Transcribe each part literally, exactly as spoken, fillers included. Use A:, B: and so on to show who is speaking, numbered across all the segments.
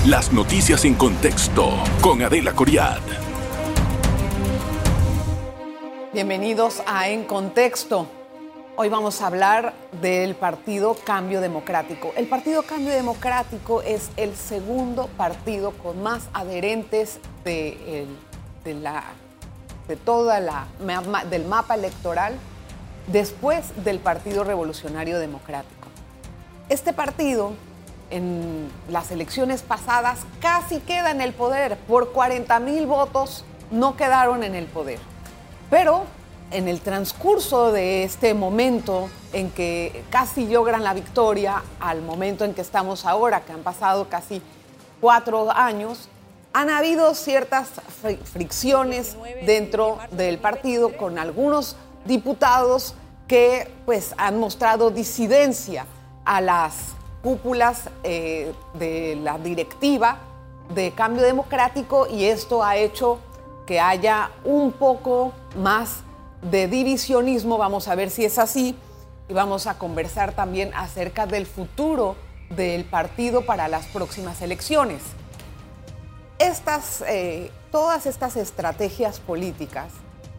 A: Las noticias en contexto con Adela Coriad.
B: Bienvenidos a En Contexto. Hoy vamos a hablar del Partido Cambio Democrático. El Partido Cambio Democrático es el segundo partido con más adherentes de, el, de, la, de toda la, del mapa electoral después del Partido Revolucionario Democrático. Este partido, en las elecciones pasadas, casi queda en el poder. Por cuarenta mil votos no quedaron en el poder. Pero en el transcurso de este momento en que casi logran la victoria, al momento en que estamos ahora, que han pasado casi cuatro años, han habido ciertas fricciones dentro del partido con algunos diputados que pues, han mostrado disidencia a las cúpulas eh, de la directiva de Cambio Democrático, y esto ha hecho que haya un poco más de divisionismo. Vamos a ver si es así, y vamos a conversar también acerca del futuro del partido para las próximas elecciones. Estas, eh, todas estas estrategias políticas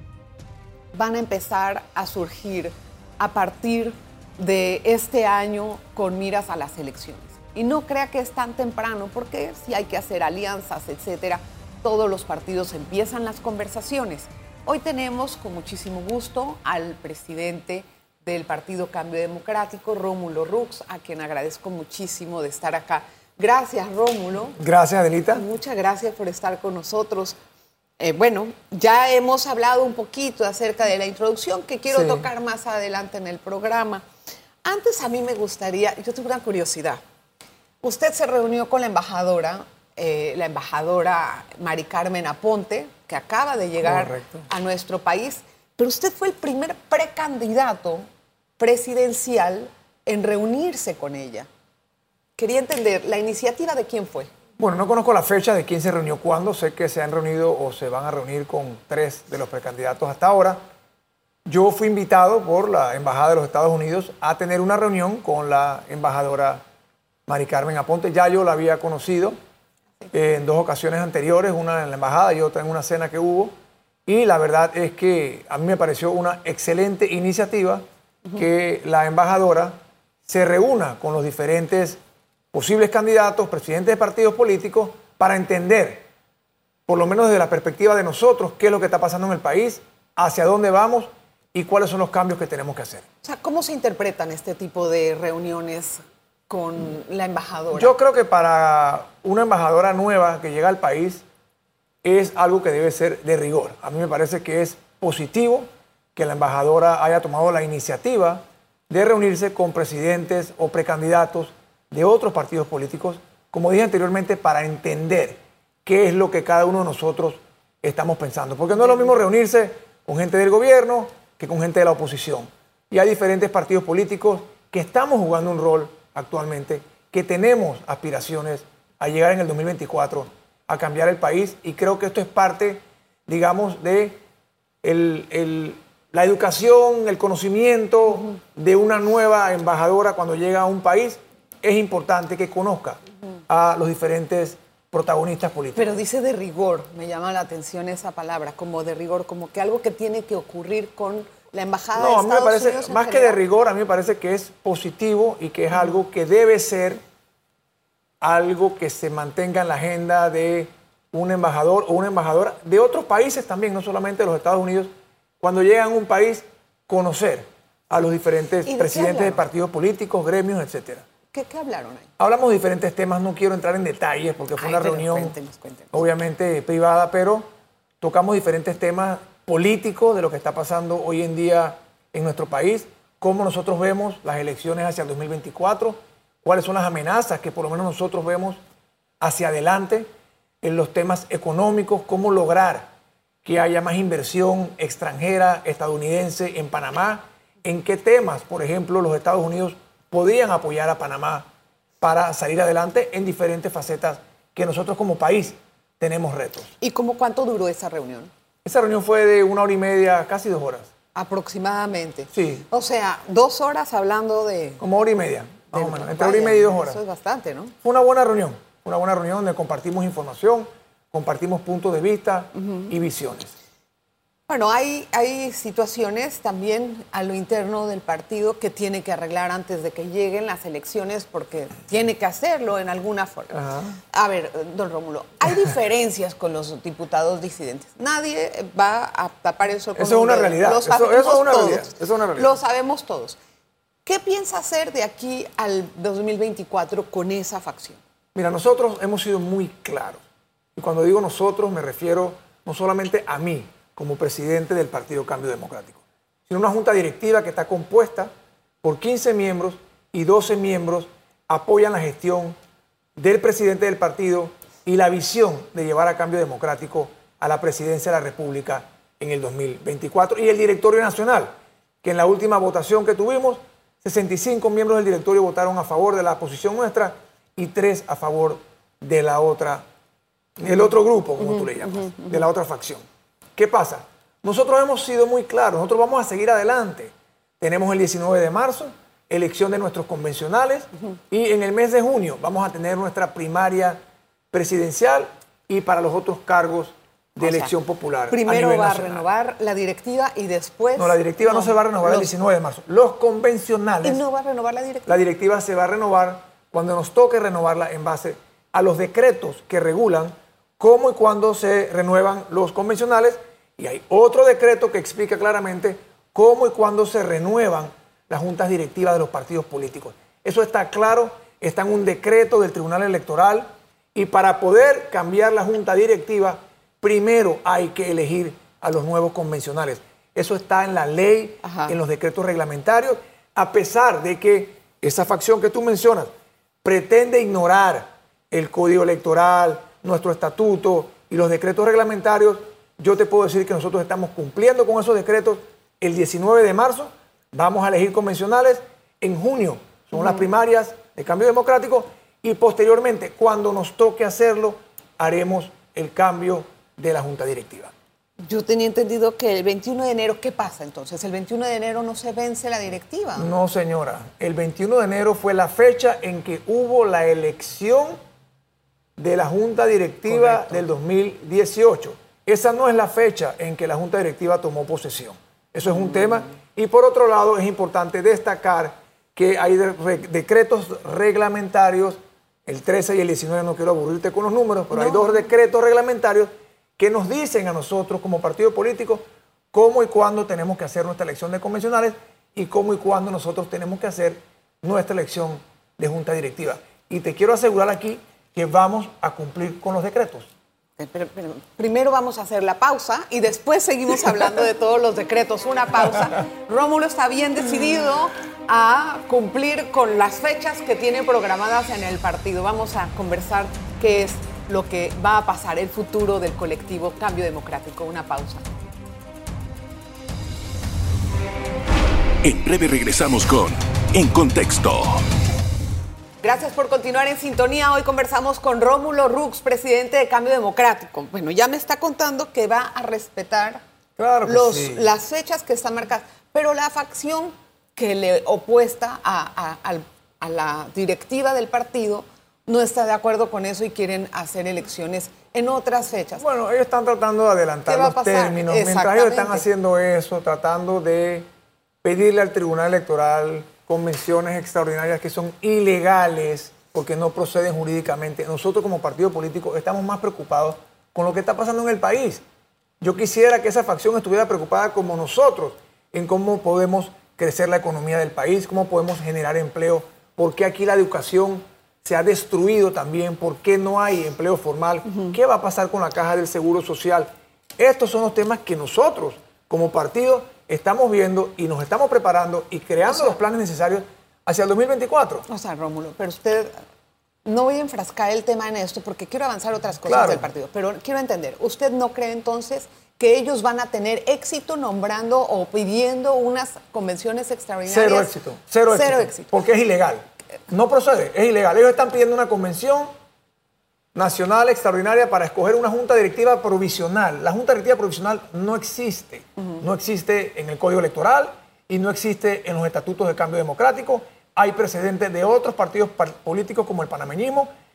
B: van a empezar a surgir a partir de este año con miras a las elecciones. Y no crea que es tan temprano, porque si hay que hacer alianzas, etcétera, todos los partidos empiezan las conversaciones. Hoy tenemos con muchísimo gusto al presidente del Partido Cambio Democrático, Rómulo Rux, a quien agradezco muchísimo de estar acá. Gracias, Rómulo.
C: Gracias, Adelita.
B: Muchas gracias por estar con nosotros. Eh, bueno, ya hemos hablado un poquito acerca de la introducción, que quiero sí. tocar más adelante en el programa. Antes, a mí me gustaría, yo tengo una curiosidad. Usted se reunió con la embajadora, eh, la embajadora Mari Carmen Aponte, que acaba de llegar Correcto. a nuestro país, pero usted fue el primer precandidato presidencial en reunirse con ella. Quería entender, ¿la iniciativa de quién fue?
C: Bueno, no conozco la fecha de quién se reunió cuándo. Sé que se han reunido o se van a reunir con tres de los precandidatos hasta ahora. Yo fui invitado por la Embajada de los Estados Unidos a tener una reunión con la embajadora Mari Carmen Aponte. Ya yo la había conocido eh, en dos ocasiones anteriores, una en la embajada y otra en una cena que hubo. Y la verdad es que a mí me pareció una excelente iniciativa uh-huh. que la embajadora se reúna con los diferentes posibles candidatos, presidentes de partidos políticos, para entender, por lo menos desde la perspectiva de nosotros, qué es lo que está pasando en el país, hacia dónde vamos y cuáles son los cambios que tenemos que hacer.
B: O sea, ¿cómo se interpretan este tipo de reuniones con la embajadora?
C: Yo creo que para una embajadora nueva que llega al país es algo que debe ser de rigor. A mí me parece que es positivo que la embajadora haya tomado la iniciativa de reunirse con presidentes o precandidatos de otros partidos políticos, como dije anteriormente, para entender qué es lo que cada uno de nosotros estamos pensando. Porque no es lo mismo reunirse con gente del gobierno que con gente de la oposición. Y hay diferentes partidos políticos que estamos jugando un rol actualmente, que tenemos aspiraciones a llegar en el dos mil veinticuatro a cambiar el país, y creo que esto es parte, digamos, de el, el, la educación, el conocimiento uh-huh. de una nueva embajadora cuando llega a un país. Es importante que conozca a los diferentes protagonistas políticos.
B: Pero dice de rigor, me llama la atención esa palabra, como de rigor, como que algo que tiene que ocurrir con la embajada
C: no,
B: de
C: Estados
B: Unidos. No, a mí me
C: parece, más que de rigor, a mí me parece que es positivo y que es uh-huh. algo que debe ser algo que se mantenga en la agenda de un embajador o una embajadora de otros países también, no solamente de los Estados Unidos, cuando llegan a un país, conocer a los diferentes de presidentes de partidos políticos, gremios, etcétera.
B: ¿Qué, ¿Qué hablaron ahí?
C: Hablamos de diferentes temas, no quiero entrar en detalles porque fue Ay, una reunión
B: cuéntenos, cuéntenos.
C: obviamente privada, pero tocamos diferentes temas políticos de lo que está pasando hoy en día en nuestro país, cómo nosotros vemos las elecciones hacia el dos mil veinticuatro, cuáles son las amenazas que por lo menos nosotros vemos hacia adelante en los temas económicos, cómo lograr que haya más inversión extranjera, estadounidense en Panamá, en qué temas, por ejemplo, los Estados Unidos podían apoyar a Panamá para salir adelante en diferentes facetas que nosotros como país tenemos retos.
B: ¿Y cómo cuánto duró esa reunión?
C: Esa reunión fue de una hora y media, casi dos horas.
B: Aproximadamente.
C: Sí.
B: O sea, dos horas hablando de...
C: Como hora y media, más o menos, entre hora y media y dos horas.
B: Eso es bastante, ¿no?
C: Fue una buena reunión. una buena reunión donde compartimos información, compartimos puntos de vista uh-huh. y visiones.
B: Bueno, hay, hay situaciones también a lo interno del partido que tiene que arreglar antes de que lleguen las elecciones porque tiene que hacerlo en alguna forma. Ajá. A ver, don Rómulo, hay diferencias con los diputados disidentes. Nadie va a tapar el sol con
C: Eso es una realidad.
B: Lo
C: eso, eso es una
B: todos.
C: realidad. Eso es una realidad.
B: Lo sabemos todos. ¿Qué piensa hacer de aquí al dos mil veinticuatro con esa facción?
C: Mira, nosotros hemos sido muy claros. Y cuando digo nosotros me refiero no solamente a mí, como presidente del Partido Cambio Democrático, sino una junta directiva que está compuesta por quince miembros y doce miembros apoyan la gestión del presidente del partido y la visión de llevar a Cambio Democrático a la presidencia de la República en el dos mil veinticuatro. Y el directorio nacional, que en la última votación que tuvimos, sesenta y cinco miembros del directorio votaron a favor de la posición nuestra y tres a favor de la otra, del otro grupo, como uh-huh, tú le llamas, uh-huh, uh-huh. de la otra facción. ¿Qué pasa? Nosotros hemos sido muy claros, nosotros vamos a seguir adelante. Tenemos el diecinueve de marzo, elección de nuestros convencionales, uh-huh. y en el mes de junio vamos a tener nuestra primaria presidencial y para los otros cargos de o elección sea, popular.
B: Primero
C: a
B: va
C: nacional.
B: a renovar la directiva y después...
C: No, la directiva no, no se va a renovar los, el diecinueve de marzo. Los convencionales...
B: ¿Y no va a renovar la directiva?
C: La directiva se va a renovar cuando nos toque renovarla en base a los decretos que regulan cómo y cuándo se renuevan los convencionales, y hay otro decreto que explica claramente cómo y cuándo se renuevan las juntas directivas de los partidos políticos. Eso está claro, está en un decreto del Tribunal Electoral, y para poder cambiar la junta directiva, primero hay que elegir a los nuevos convencionales. Eso está en la ley, Ajá. en los decretos reglamentarios, a pesar de que esa facción que tú mencionas pretende ignorar el Código Electoral, nuestro estatuto y los decretos reglamentarios. Yo te puedo decir que nosotros estamos cumpliendo con esos decretos. El diecinueve de marzo vamos a elegir convencionales. En junio son uh-huh. las primarias de Cambio Democrático y posteriormente, cuando nos toque hacerlo, haremos el cambio de la Junta Directiva.
B: Yo tenía entendido que el veintiuno de enero, ¿qué pasa entonces? ¿El veintiuno de enero no se vence la directiva?
C: No, señora. El veintiuno de enero fue la fecha en que hubo la elección de la Junta Directiva Correcto. Del dos mil dieciocho. Esa no es la fecha en que la Junta Directiva tomó posesión. Eso es un mm. tema. Y por otro lado, es importante destacar que hay de, re, decretos reglamentarios, el trece y el diecinueve, no quiero aburrirte con los números, pero no. hay dos decretos reglamentarios que nos dicen a nosotros como partido político cómo y cuándo tenemos que hacer nuestra elección de convencionales y cómo y cuándo nosotros tenemos que hacer nuestra elección de Junta Directiva. Y te quiero asegurar aquí que vamos a cumplir con los decretos.
B: Pero, pero, primero vamos a hacer la pausa y después seguimos hablando de todos los decretos. Una pausa. Rómulo está bien decidido a cumplir con las fechas que tiene programadas en el partido. Vamos a conversar qué es lo que va a pasar, el futuro del colectivo Cambio Democrático. Una pausa.
A: En breve regresamos con En Contexto.
B: Gracias por continuar en sintonía. Hoy conversamos con Rómulo Rux, presidente de Cambio Democrático. Bueno, ya me está contando que va a respetar
C: claro que
B: los,
C: sí.
B: las fechas que están marcadas, pero la facción que le opuesta a, a, a, a la directiva del partido no está de acuerdo con eso y quieren hacer elecciones en otras fechas.
C: Bueno, ellos están tratando de adelantar los términos. Mientras ellos están haciendo eso, tratando de pedirle al Tribunal Electoral convenciones extraordinarias que son ilegales porque no proceden jurídicamente. Nosotros como partido político estamos más preocupados con lo que está pasando en el país. Yo quisiera que esa facción estuviera preocupada como nosotros en cómo podemos crecer la economía del país, cómo podemos generar empleo, por qué aquí la educación se ha destruido también, por qué no hay empleo formal, uh-huh. qué va a pasar con la caja del Seguro Social. Estos son los temas que nosotros como partido estamos viendo y nos estamos preparando y creando o sea, los planes necesarios hacia el dos mil veinticuatro.
B: O sea, Rómulo, pero usted, no voy a enfrascar el tema en esto porque quiero avanzar otras cosas
C: claro.
B: del partido, pero quiero entender, ¿usted no cree entonces que ellos van a tener éxito nombrando o pidiendo unas convenciones extraordinarias?
C: Cero éxito, cero,
B: cero
C: éxito,
B: éxito.
C: Porque es ilegal. No procede, es ilegal. Ellos están pidiendo una convención nacional extraordinaria para escoger una junta directiva provisional. La junta directiva provisional no existe. Uh-huh. No existe en el Código Electoral y no existe en los estatutos de Cambio Democrático. Hay precedentes de otros partidos políticos como el panameñismo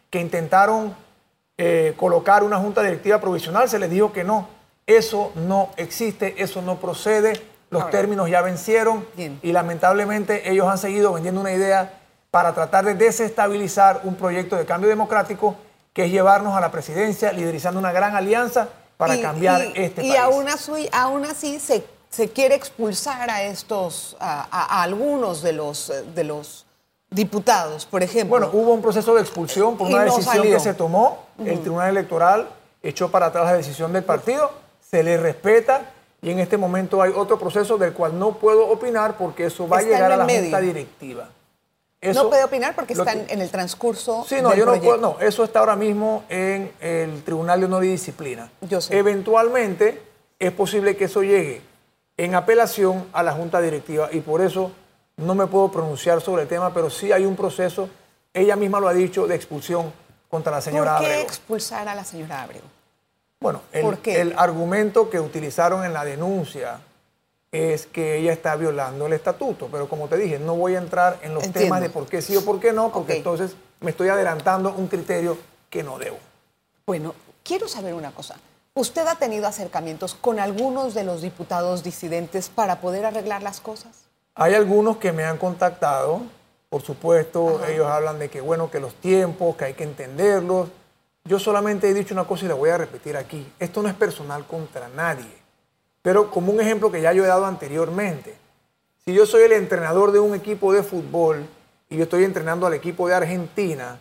C: que intentaron eh, colocar una junta directiva provisional, se les dijo que no. Eso no existe, eso no procede, los Ahora, términos ya vencieron bien. Y lamentablemente ellos han seguido vendiendo una idea para tratar de desestabilizar un proyecto de cambio democrático que es llevarnos a la presidencia, liderizando una gran alianza para y, cambiar
B: y,
C: este
B: y
C: país. Y
B: aún así, aún así se, se quiere expulsar a estos, a, a, a algunos de los, de los diputados, por ejemplo.
C: Bueno, hubo un proceso de expulsión por una no decisión salió. que se tomó. Uh-huh. El Tribunal Electoral echó para atrás la decisión del partido, se le respeta y en este momento hay otro proceso del cual no puedo opinar porque eso va Está a llegar a la medio. Junta Directiva.
B: Eso, no puede opinar porque está que, en el transcurso
C: Sí, no,
B: del
C: yo no
B: proyecto.
C: puedo, no, eso está ahora mismo en el Tribunal de Honor y Disciplina.
B: Yo sé.
C: Eventualmente es posible que eso llegue en apelación a la Junta Directiva y por eso no me puedo pronunciar sobre el tema, pero sí hay un proceso, ella misma lo ha dicho, de expulsión contra la señora
B: Abrego.
C: Abrego.
B: ¿Por qué expulsar a la señora Abrego?
C: Bueno, el, el argumento que utilizaron en la denuncia es que ella está violando el estatuto, pero como te dije, no voy a entrar en los Entiendo. temas de por qué sí o por qué no, porque okay. entonces me estoy adelantando un criterio que no debo.
B: Bueno, quiero saber una cosa. ¿Usted ha tenido acercamientos con algunos de los diputados disidentes para poder arreglar las cosas?
C: Hay algunos que me han contactado, por supuesto, Ajá. ellos hablan de que bueno, que los tiempos, que hay que entenderlos. Yo solamente he dicho una cosa y la voy a repetir aquí. Esto no es personal contra nadie, pero como un ejemplo que ya yo he dado anteriormente. Si yo soy el entrenador de un equipo de fútbol y yo estoy entrenando al equipo de Argentina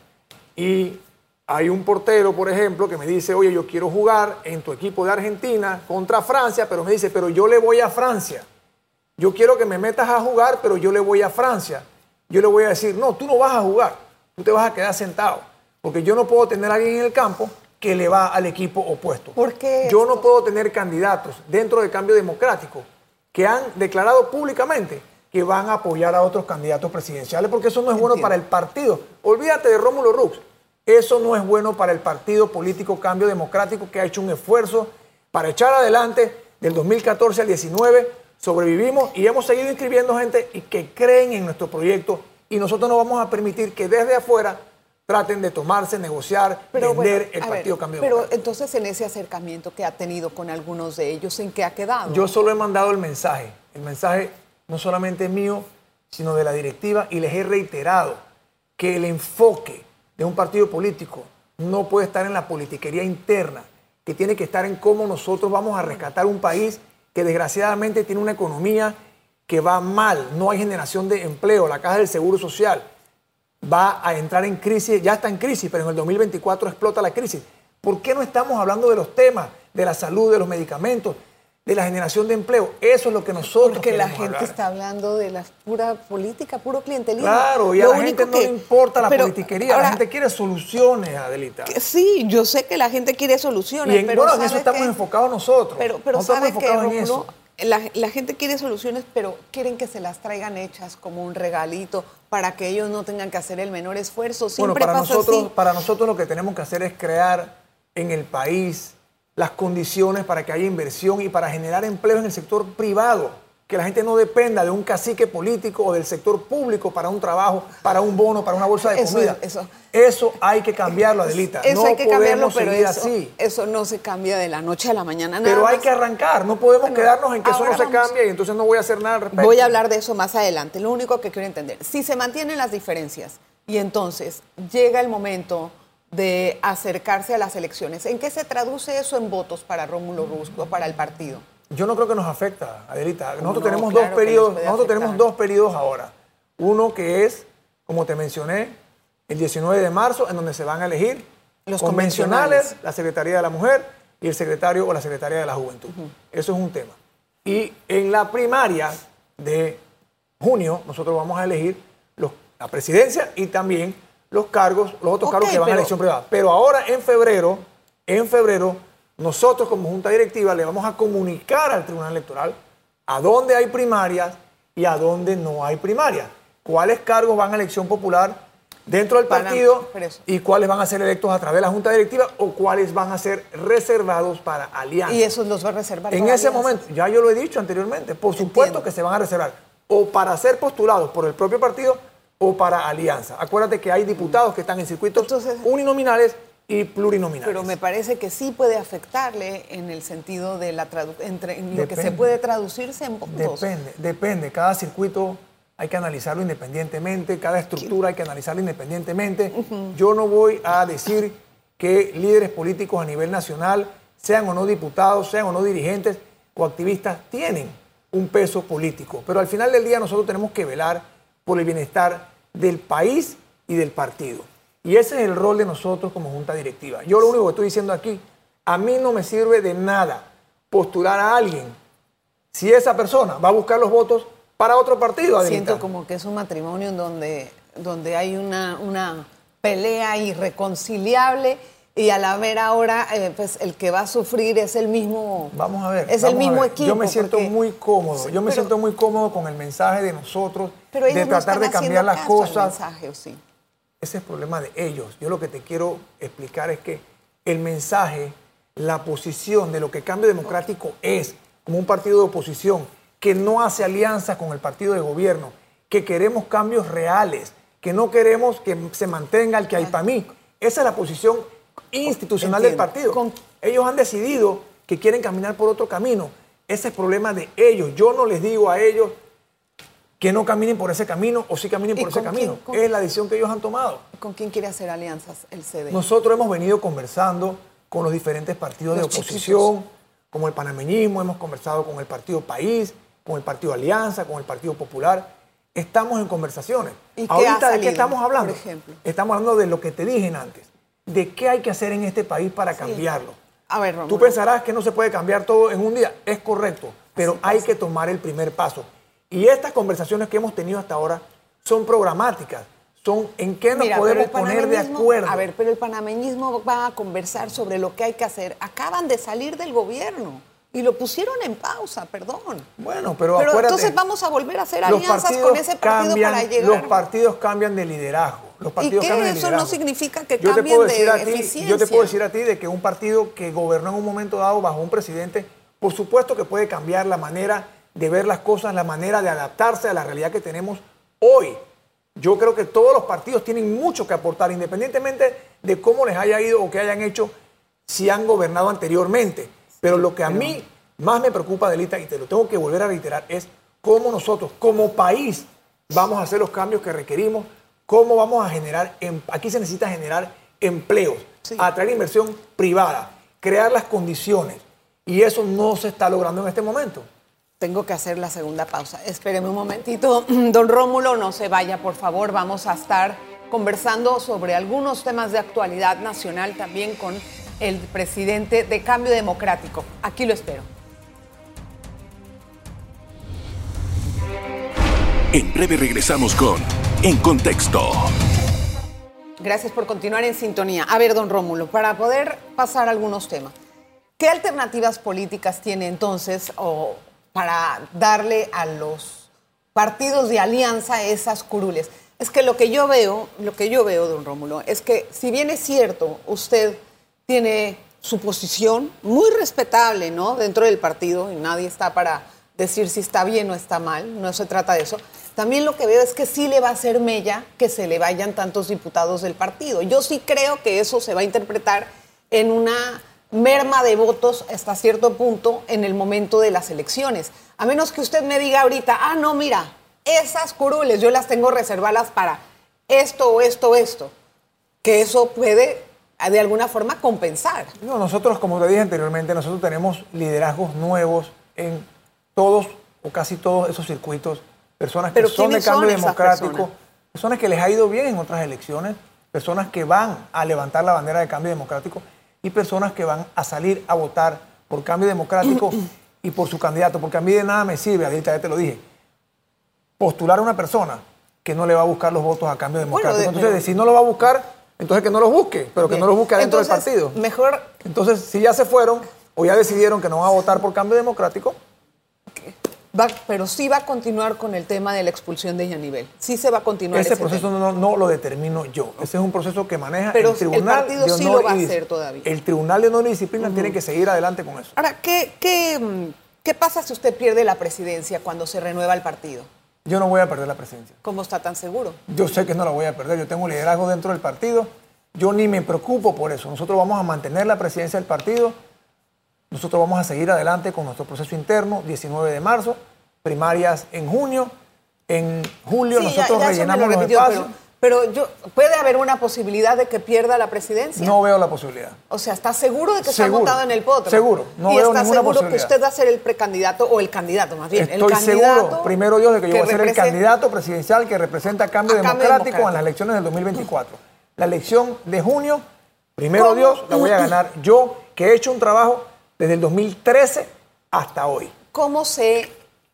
C: y hay un portero, por ejemplo, que me dice, oye, yo quiero jugar en tu equipo de Argentina contra Francia, pero me dice, pero yo le voy a Francia. Yo quiero que me metas a jugar, pero yo le voy a Francia. Yo le voy a decir, no, tú no vas a jugar, tú te vas a quedar sentado. Porque yo no puedo tener a alguien en el campo que le va al equipo opuesto.
B: ¿Por qué?
C: Yo no puedo tener candidatos dentro del Cambio Democrático que han declarado públicamente que van a apoyar a otros candidatos presidenciales, porque eso no es Entiendo. bueno para el partido. Olvídate de Rómulo Rux. Eso no es bueno para el partido político Cambio Democrático, que ha hecho un esfuerzo para echar adelante del dos mil catorce al diecinueve. Sobrevivimos y hemos seguido inscribiendo gente y que creen en nuestro proyecto y nosotros no vamos a permitir que desde afuera traten de tomarse, negociar, pero vender bueno, el Partido ver, Cambio Democrático.
B: Pero entonces en ese acercamiento que ha tenido con algunos de ellos, ¿en qué ha quedado?
C: Yo solo he mandado el mensaje. El mensaje no solamente es mío, sino de la directiva y les he reiterado que el enfoque de un partido político no puede estar en la politiquería interna, que tiene que estar en cómo nosotros vamos a rescatar un país que desgraciadamente tiene una economía que va mal, no hay generación de empleo, la Caja del Seguro Social va a entrar en crisis, ya está en crisis, pero en el dos mil veinticuatro explota la crisis. ¿Por qué no estamos hablando de los temas, de la salud, de los medicamentos, de la generación de empleo? Eso es lo que nosotros
B: Porque
C: queremos
B: la gente
C: hablar.
B: está hablando de la pura política, puro clientelismo.
C: Claro, y a
B: lo
C: la gente no
B: que,
C: le importa la
B: pero,
C: politiquería,
B: ahora,
C: la gente quiere soluciones, Adelita.
B: Que sí, yo sé que la gente quiere soluciones,
C: y en,
B: pero
C: bueno, en eso estamos
B: que,
C: enfocados nosotros.
B: Pero, pero
C: nosotros
B: sabe
C: estamos enfocados
B: que,
C: en
B: Rómulo,
C: eso.
B: La, la gente quiere soluciones, pero quieren que se las traigan hechas como un regalito para que ellos no tengan que hacer el menor esfuerzo. Siempre
C: bueno, para
B: pasa
C: nosotros,
B: así.
C: para nosotros lo que tenemos que hacer es crear en el país las condiciones para que haya inversión y para generar empleo en el sector privado. Que la gente no dependa de un cacique político o del sector público para un trabajo, para un bono, para una bolsa de comida.
B: Eso, eso.
C: Eso hay que cambiarlo, Adelita.
B: Eso
C: no
B: hay que cambiarlo, pero eso,
C: así.
B: eso no se cambia de la noche a la mañana.
C: Pero
B: nada
C: hay
B: más.
C: que arrancar. No podemos bueno, quedarnos en que eso no se
B: vamos.
C: cambie y entonces no voy a hacer nada al respecto.
B: Voy a hablar de eso más adelante. Lo único que quiero entender, si se mantienen las diferencias y entonces llega el momento de acercarse a las elecciones, ¿en qué se traduce eso en votos para Rómulo Rux o para el partido?
C: Yo no creo que nos afecta, Adelita. Nosotros
B: no,
C: tenemos
B: claro
C: dos periodos,
B: nos
C: nosotros tenemos dos periodos ahora. Uno que es, como te mencioné, el diecinueve de marzo, en donde se van a elegir
B: los
C: convencionales,
B: convencionales,
C: la Secretaría de la Mujer y el secretario o la Secretaría de la Juventud. Uh-huh. Eso es un tema. Y en la primaria de junio, nosotros vamos a elegir los, la presidencia y también los cargos, los otros okay, cargos que van pero... a elección privada. Pero ahora en febrero, en febrero, nosotros como Junta Directiva le vamos a comunicar al Tribunal Electoral a dónde hay primarias y a dónde no hay primarias. Cuáles cargos van a elección popular dentro del partido y cuáles van a ser electos a través de la Junta Directiva o cuáles van a ser reservados para alianzas.
B: ¿Y esos los va a reservar
C: en
B: para
C: ese
B: alianzas?
C: momento? Ya yo lo he dicho anteriormente. Por supuesto Entiendo. que se van a reservar o para ser postulados por el propio partido o para alianza. Acuérdate que hay diputados que están en circuitos Entonces, uninominales y plurinominales.
B: Pero me parece que sí puede afectarle en el sentido de la tradu entre en lo depende, que se puede traducirse en votos.
C: Depende, depende. Cada circuito hay que analizarlo independientemente, cada estructura hay que analizarla independientemente. Uh-huh. Yo no voy a decir que líderes políticos a nivel nacional, sean o no diputados, sean o no dirigentes o activistas, tienen un peso político. Pero al final del día nosotros tenemos que velar por el bienestar del país y del partido. Y ese es el rol de nosotros como junta directiva. Yo lo único que estoy diciendo aquí, a mí no me sirve de nada postular a alguien si esa persona va a buscar los votos para otro partido. Adelita.
B: Siento como que es un matrimonio en donde, donde hay una, una pelea irreconciliable y a la mera hora eh, pues el que va a sufrir es el mismo
C: Vamos a ver.
B: Es el mismo equipo.
C: Yo me siento
B: porque,
C: muy cómodo.
B: sí,
C: yo me
B: pero,
C: siento muy cómodo con el mensaje de nosotros,
B: pero
C: de tratar
B: no
C: de cambiar las cosas.
B: Al mensaje, ¿o sí?
C: Ese es el problema de ellos. Yo lo que te quiero explicar es que el mensaje, la posición de lo que Cambio Democrático es, como un partido de oposición, que no hace alianzas con el partido de gobierno, que queremos cambios reales, que no queremos que se mantenga el que hay para mí. Esa es la posición institucional Entiendo. del partido. Con... Ellos han decidido que quieren caminar por otro camino. Ese es el problema de ellos. Yo no les digo a ellos que no caminen por ese camino o sí caminen por ese camino. Quién, es la decisión que ellos han tomado.
B: ¿Con quién quiere hacer alianzas el C D?
C: Nosotros hemos venido conversando con los diferentes partidos los de oposición, chiquitos. como el panameñismo, hemos conversado con el Partido País, con el Partido Alianza, con el Partido Popular. Estamos en conversaciones.
B: ¿Y
C: Ahorita,
B: qué ha salido,
C: ¿de qué estamos hablando?
B: Por ejemplo?
C: Estamos hablando de lo que te dije antes, de qué hay que hacer en este país para sí. cambiarlo.
B: A ver, Rómulo.
C: Tú pensarás que no se puede cambiar todo en un día. Es correcto, pero Así hay pasa. que tomar el primer paso. Y estas conversaciones que hemos tenido hasta ahora son programáticas, son en qué nos Mira, podemos poner de acuerdo.
B: A ver, pero el panameñismo va a conversar sobre lo que hay que hacer. Acaban de salir del gobierno y lo pusieron en pausa, perdón.
C: Bueno, pero,
B: pero
C: acuérdate,
B: entonces vamos a volver a hacer alianzas con ese partido
C: cambian,
B: para llegar.
C: Los partidos cambian de liderazgo. Los partidos
B: ¿Y qué?
C: cambian de
B: Eso
C: liderazgo.
B: no significa que
C: yo
B: cambien
C: te
B: de
C: a ti,
B: eficiencia.
C: Yo te puedo decir a ti de que un partido que gobernó en un momento dado bajo un presidente, por supuesto que puede cambiar la manera de ver las cosas, la manera de adaptarse a la realidad que tenemos hoy. Yo creo que todos los partidos tienen mucho que aportar, independientemente de cómo les haya ido o qué hayan hecho si han gobernado anteriormente. Pero lo que a mí más me preocupa, Adelita, y te lo tengo que volver a reiterar, es cómo nosotros, como país, vamos a hacer los cambios que requerimos, cómo vamos a generar, aquí se necesita generar empleos, sí. atraer inversión privada, crear las condiciones, y eso no se está logrando en este momento.
B: Tengo que hacer la segunda pausa. Espéreme un momentito. Don Rómulo, no se vaya, por favor. Vamos a estar conversando sobre algunos temas de actualidad nacional también con el presidente de Cambio Democrático. Aquí lo espero.
A: En breve regresamos con En Contexto.
B: Gracias por continuar en sintonía. A ver, don Rómulo, para poder pasar algunos temas, ¿qué alternativas políticas tiene entonces o para darle a los partidos de alianza esas curules? Es que lo que yo veo, lo que yo veo, don Rómulo, es que si bien es cierto, usted tiene su posición muy respetable, ¿no?, dentro del partido, y nadie está para decir si está bien o está mal, no se trata de eso. También lo que veo es que sí le va a hacer mella que se le vayan tantos diputados del partido. Yo sí creo que eso se va a interpretar en una merma de votos hasta cierto punto en el momento de las elecciones. A menos que usted me diga ahorita, ah, no, mira, esas curules yo las tengo reservadas para esto o esto o esto, que eso puede de alguna forma compensar.
C: No, nosotros, como te dije anteriormente, nosotros tenemos liderazgos nuevos en todos o casi todos esos circuitos, personas que son de Cambio Democrático, personas? personas que les ha ido bien en otras elecciones, personas que van a levantar la bandera de Cambio Democrático y personas que van a salir a votar por Cambio Democrático y por su candidato, porque a mí de nada me sirve, Adilta, ya te lo dije, postular a una persona que no le va a buscar los votos a Cambio Democrático. Bueno, de, entonces, pero... si no lo va a buscar, entonces que no los busque, pero bien. que no los busque adentro entonces, del partido.
B: Mejor...
C: Entonces, si ya se fueron o ya decidieron que no van a votar por Cambio Democrático...
B: Va, pero sí va a continuar con el tema de la expulsión de Yanivel. Sí se va a continuar
C: ese, ese proceso no, no lo determino yo. Ese es un proceso que maneja pero el Tribunal
B: el partido
C: de Honor
B: sí lo va
C: y
B: a hacer todavía.
C: El Tribunal de Honor y Disciplina uh-huh. tiene que seguir adelante con eso.
B: Ahora, ¿qué, qué, ¿qué pasa si usted pierde la presidencia cuando se renueva el partido?
C: Yo no voy a perder la presidencia.
B: ¿Cómo está tan seguro?
C: Yo sé que no la voy a perder. Yo tengo liderazgo dentro del partido. Yo ni me preocupo por eso. Nosotros vamos a mantener la presidencia del partido. Nosotros vamos a seguir adelante con nuestro proceso interno, diecinueve de marzo, primarias en junio. En julio
B: sí,
C: nosotros
B: ya, ya
C: rellenamos
B: lo
C: los
B: repitió,
C: espacios.
B: Pero, pero yo, ¿puede haber una posibilidad de que pierda la presidencia?
C: No veo la posibilidad.
B: O sea, ¿está seguro de que
C: Seguro,
B: está montado en el potro?
C: Seguro, no
B: y
C: veo
B: está
C: ninguna
B: seguro
C: posibilidad.
B: que usted va a ser el precandidato, o el candidato más bien.
C: Estoy
B: el candidato
C: seguro, primero Dios, de que yo voy a ser el
B: representa-
C: candidato presidencial que representa a Cambio,
B: A Cambio
C: democrático,
B: Democrático
C: en las elecciones del dos mil veinticuatro. La elección de junio, primero
B: ¿Cómo?
C: Dios, la voy a ganar yo, que he hecho un trabajo desde el dos mil trece hasta hoy.
B: ¿Cómo se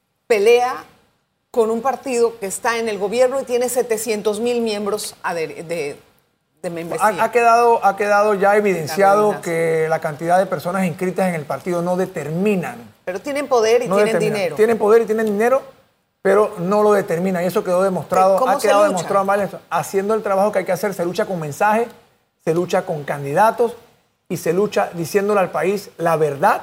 B: pelea con un partido que está en el gobierno y tiene setecientos mil miembros de, de, de membresía?
C: Ha, ha, quedado, ha quedado ya evidenciado
B: La
C: que la cantidad de personas inscritas en el partido no determinan.
B: Pero tienen poder y
C: no
B: tienen
C: determinan.
B: dinero.
C: Tienen poder y tienen dinero, pero no lo determinan. Y eso quedó demostrado.
B: ¿Cómo
C: ha
B: se
C: quedado
B: lucha?
C: demostrado en varias- haciendo el trabajo que hay que hacer. Se lucha con mensajes, se lucha con candidatos y se lucha diciéndole al país la verdad.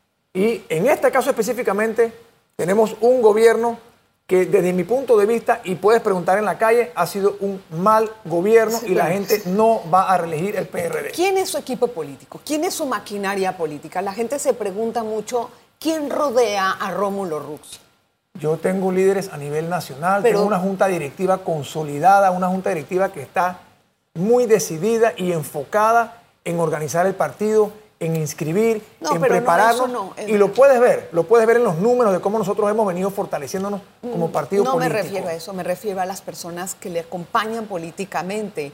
C: Y en este caso específicamente tenemos un gobierno que desde mi punto de vista, y puedes preguntar en la calle, ha sido un mal gobierno
B: Sí,
C: y la
B: pero-
C: gente no va a reelegir el P R D.
B: ¿Quién es su equipo político? ¿Quién es su maquinaria política? La gente se pregunta mucho, ¿quién rodea a Rómulo Rux?
C: Yo tengo líderes a nivel nacional,
B: Pero-
C: tengo una junta directiva consolidada, una junta directiva que está muy decidida y enfocada en organizar el partido, en inscribir,
B: No,
C: en
B: pero no,
C: prepararnos.
B: eso no, es-
C: Y lo puedes ver, lo puedes ver en los números de cómo nosotros hemos venido fortaleciéndonos como partido
B: No
C: político.
B: me refiero a eso, me refiero a las personas que le acompañan políticamente,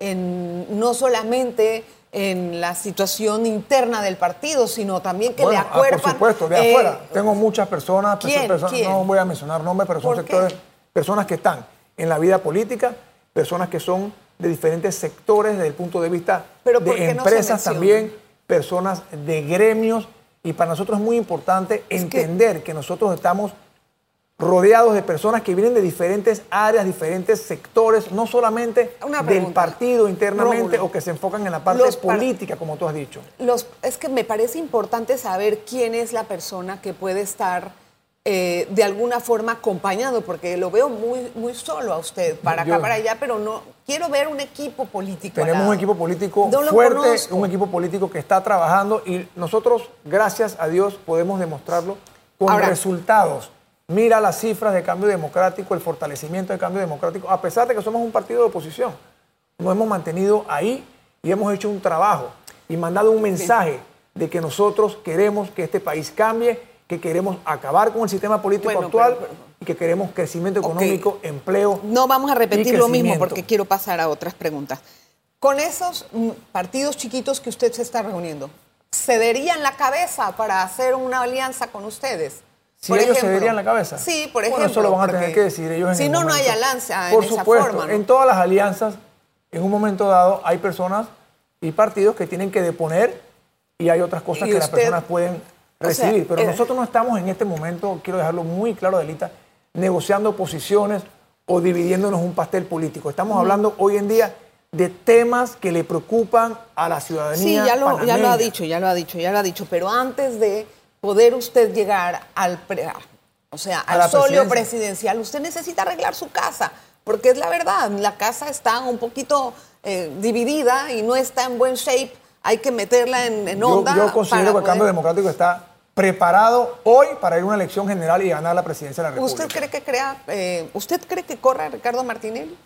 B: en, no solamente en la situación interna del partido, sino también que
C: Bueno,
B: le
C: ah,
B: acuerpan.
C: por supuesto, de
B: eh,
C: afuera. Tengo muchas personas, perso-
B: ¿quién?
C: personas-
B: ¿Quién?
C: no voy a mencionar nombres, pero son
B: ¿Por qué?
C: sectores, personas que están en la vida política, personas que son de diferentes sectores desde el punto de vista
B: ¿Pero por
C: de
B: qué no se
C: empresas
B: menciona?
C: también, personas de gremios, y para nosotros es muy importante
B: Es que-
C: entender que nosotros estamos rodeados de personas que vienen de diferentes áreas, diferentes sectores, no solamente
B: Una
C: del
B: pregunta.
C: partido internamente
B: Rómulo,
C: o que se enfocan en la parte
B: los par-
C: política, como tú has dicho.
B: Los, es que me parece importante saber quién es la persona que puede estar eh, de alguna forma acompañando, porque lo veo muy, muy solo a usted, para acá,
C: Yo-
B: para allá, pero no quiero ver un equipo político. al
C: Tenemos
B: lado.
C: un equipo político
B: No lo
C: fuerte,
B: conozco.
C: un equipo político que está trabajando y nosotros, gracias a Dios, podemos demostrarlo con
B: Ahora-
C: resultados. Mira las cifras de Cambio Democrático, el fortalecimiento de Cambio Democrático, a pesar de que somos un partido de oposición. Nos hemos mantenido ahí y hemos hecho un trabajo y mandado un mensaje de que nosotros queremos que este país cambie, que queremos acabar con el sistema político
B: Bueno,
C: actual
B: pero- pero-
C: y que queremos crecimiento
B: Ok.
C: económico, empleo.
B: No vamos a
C: y
B: repetir lo mismo
C: crecimiento.
B: porque quiero pasar a otras preguntas. Con esos mm, partidos chiquitos que usted se está reuniendo, ¿cederían la cabeza para hacer una alianza con ustedes?
C: Si ellos cederían la cabeza.
B: Sí, por
C: Bueno,
B: ejemplo.
C: eso lo van a tener
B: porque
C: que decir ellos en
B: Si
C: el
B: no, no
C: momento.
B: hay alianza en
C: Por
B: esa
C: supuesto,
B: forma. ¿no?
C: en todas las alianzas, en un momento dado, hay personas y partidos que tienen que deponer y hay otras cosas
B: Y
C: que las
B: usted-
C: personas pueden
B: o sea,
C: recibir. Pero
B: eh,
C: nosotros no estamos en este momento, quiero dejarlo muy claro, Adelita, negociando posiciones o dividiéndonos un pastel político. Estamos hablando hoy en día de temas que le preocupan a la
B: Sí,
C: ciudadanía
B: ya lo, ya lo ha
C: panameña.
B: dicho, ya lo ha dicho, ya lo ha dicho. Pero antes de poder usted llegar al, pre- o sea,
C: A
B: al
C: la
B: solio
C: presidencia.
B: presidencial, usted necesita arreglar su casa, porque es la verdad, la casa está un poquito eh, dividida y no está en buen shape. Hay que meterla en, en
C: Yo,
B: onda.
C: yo considero que
B: para
C: el Cambio
B: poder-
C: Democrático está preparado hoy para ir a una elección general y ganar la presidencia de la República.
B: ¿Usted cree que crea, eh, usted cree que corra Ricardo Martinelli?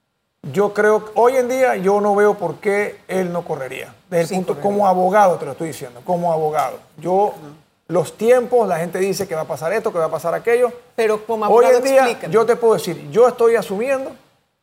C: Yo creo que hoy en día yo no veo por qué él no correría. Desde el
B: Sí,
C: punto,
B: correría.
C: como abogado te lo estoy diciendo, como abogado. Yo, los tiempos, la gente dice que va a pasar esto, que va a pasar aquello.
B: Pero como
C: Hoy
B: abogado,
C: en día
B: explíqueme.
C: yo te puedo decir, yo estoy asumiendo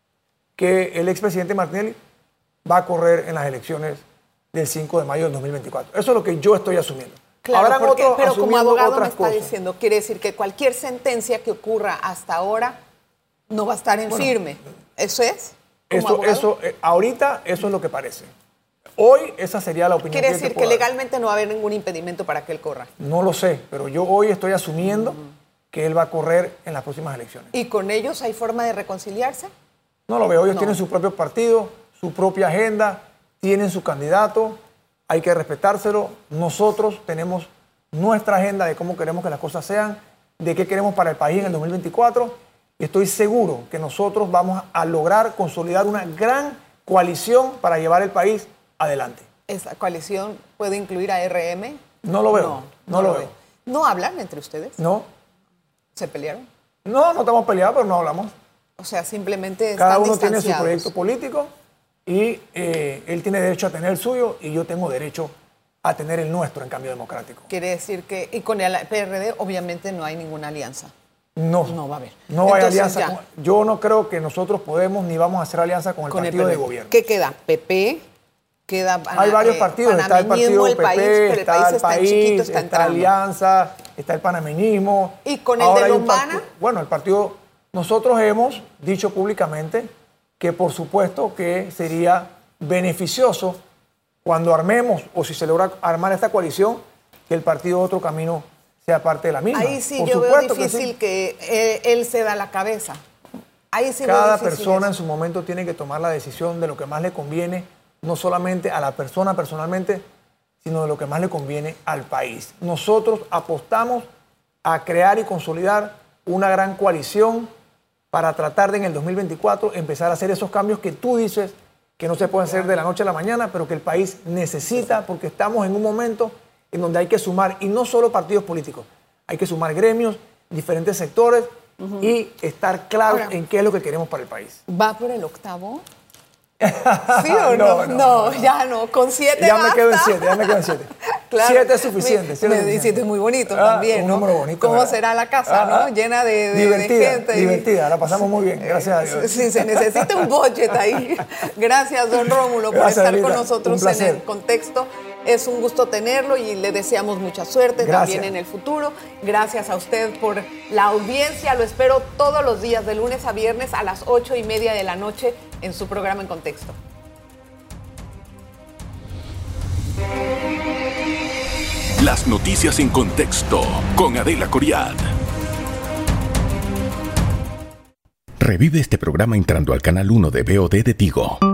C: que el expresidente Martinelli va a correr en las elecciones del cinco de mayo del dos mil veinticuatro. Eso es lo que yo estoy asumiendo.
B: Claro,
C: Habrán
B: porque-
C: otros
B: pero como
C: asumiendo
B: abogado me
C: otras
B: está
C: cosas.
B: diciendo, quiere decir que cualquier sentencia que ocurra hasta ahora no va a estar en
C: Bueno,
B: firme. ¿Eso es? como
C: Eso,
B: abogado?
C: eso, eh, ahorita eso es lo que parece. Hoy esa sería la opinión
B: Quiere
C: que yo te
B: decir que
C: puedo dar.
B: legalmente no va a haber ningún impedimento para que él corra.
C: No lo sé, pero yo hoy estoy asumiendo que él va a correr en las próximas elecciones.
B: ¿Y con ellos hay forma de reconciliarse?
C: No lo veo, ellos
B: No.
C: tienen su propio partido, su propia agenda, tienen su candidato, hay que respetárselo. Nosotros tenemos nuestra agenda de cómo queremos que las cosas sean, de qué queremos para el país en el dos mil veinticuatro y estoy seguro que nosotros vamos a lograr consolidar una gran coalición para llevar el país adelante.
B: ¿Esa coalición puede incluir a R M?
C: No lo veo, no,
B: no,
C: no, no
B: lo
C: lo
B: veo.
C: veo.
B: ¿No hablan entre ustedes?
C: No.
B: ¿Se pelearon?
C: No, no estamos peleados, pero no hablamos.
B: O sea, simplemente están
C: Cada uno tiene su
B: distanciados.
C: proyecto político y eh, él tiene derecho a tener el suyo y yo tengo derecho a tener el nuestro en Cambio Democrático.
B: Quiere decir que, y con el P R D obviamente no hay ninguna alianza.
C: No,
B: No va a haber.
C: No hay
B: Entonces,
C: alianza.
B: ya.
C: Con, yo no creo que nosotros podemos ni vamos a hacer alianza con el
B: Con el
C: partido
B: P R D.
C: de gobierno.
B: ¿Qué queda? P P, queda...
C: Hay varios
B: eh,
C: partidos, está el partido
B: panameñismo,
C: P P,
B: país, pero el
C: está
B: país
C: el
B: está
C: país,
B: chiquito, está,
C: está
B: entrando.
C: Alianza, está el panameñismo.
B: ¿Y con el
C: Ahora
B: de
C: hay un
B: Lombana?
C: partido- Bueno, el partido, nosotros hemos dicho públicamente que por supuesto que sería beneficioso cuando armemos, o si se logra armar esta coalición, que el partido Otro Camino sea parte de la misma.
B: Ahí sí
C: Por
B: yo veo
C: supuesto que
B: difícil
C: sí.
B: que, eh, él se da la cabeza. Ahí sí veo
C: Cada
B: difícil
C: persona en
B: eso.
C: su momento tiene que tomar la decisión de lo que más le conviene, no solamente a la persona personalmente, sino de lo que más le conviene al país. Nosotros apostamos a crear y consolidar una gran coalición para tratar de en el dos mil veinticuatro empezar a hacer esos cambios que tú dices que no se pueden hacer de la noche a la mañana, pero que el país necesita porque estamos en un momento en donde hay que sumar, y no solo partidos políticos, hay que sumar gremios, diferentes sectores y estar claros
B: Ahora,
C: en qué es lo que queremos para el país.
B: ¿Va por el octavo? ¿Sí o no?
C: No,
B: No,
C: no,
B: ya no. Con siete
C: Ya
B: basta.
C: me quedo en siete, ya me quedo en siete.
B: Claro.
C: Siete es suficiente.
B: Me-
C: siete es
B: me
C: suficiente.
B: siete es muy bonito
C: Ah,
B: también,
C: un
B: ¿no?
C: número bonito.
B: ¿Cómo
C: ¿verdad?
B: será la casa, no?
C: ah.
B: Llena de, de- de
C: divertida,
B: gente. y-
C: divertida. La pasamos muy bien, gracias a Dios.
B: Sí, se necesita un budget ahí. Gracias, don Rómulo, por
C: Gracias,
B: estar
C: Anita.
B: con nosotros
C: Un
B: en
C: placer.
B: el contexto. Es un gusto tenerlo y le deseamos mucha suerte
C: Gracias.
B: también en el futuro. Gracias a usted por la audiencia. Lo espero todos los días, de lunes a viernes, a las ocho y media de la noche, en su programa En Contexto.
A: Las noticias en contexto con Adela Coriad.
D: Revive este programa entrando al canal uno de V O D de Tigo.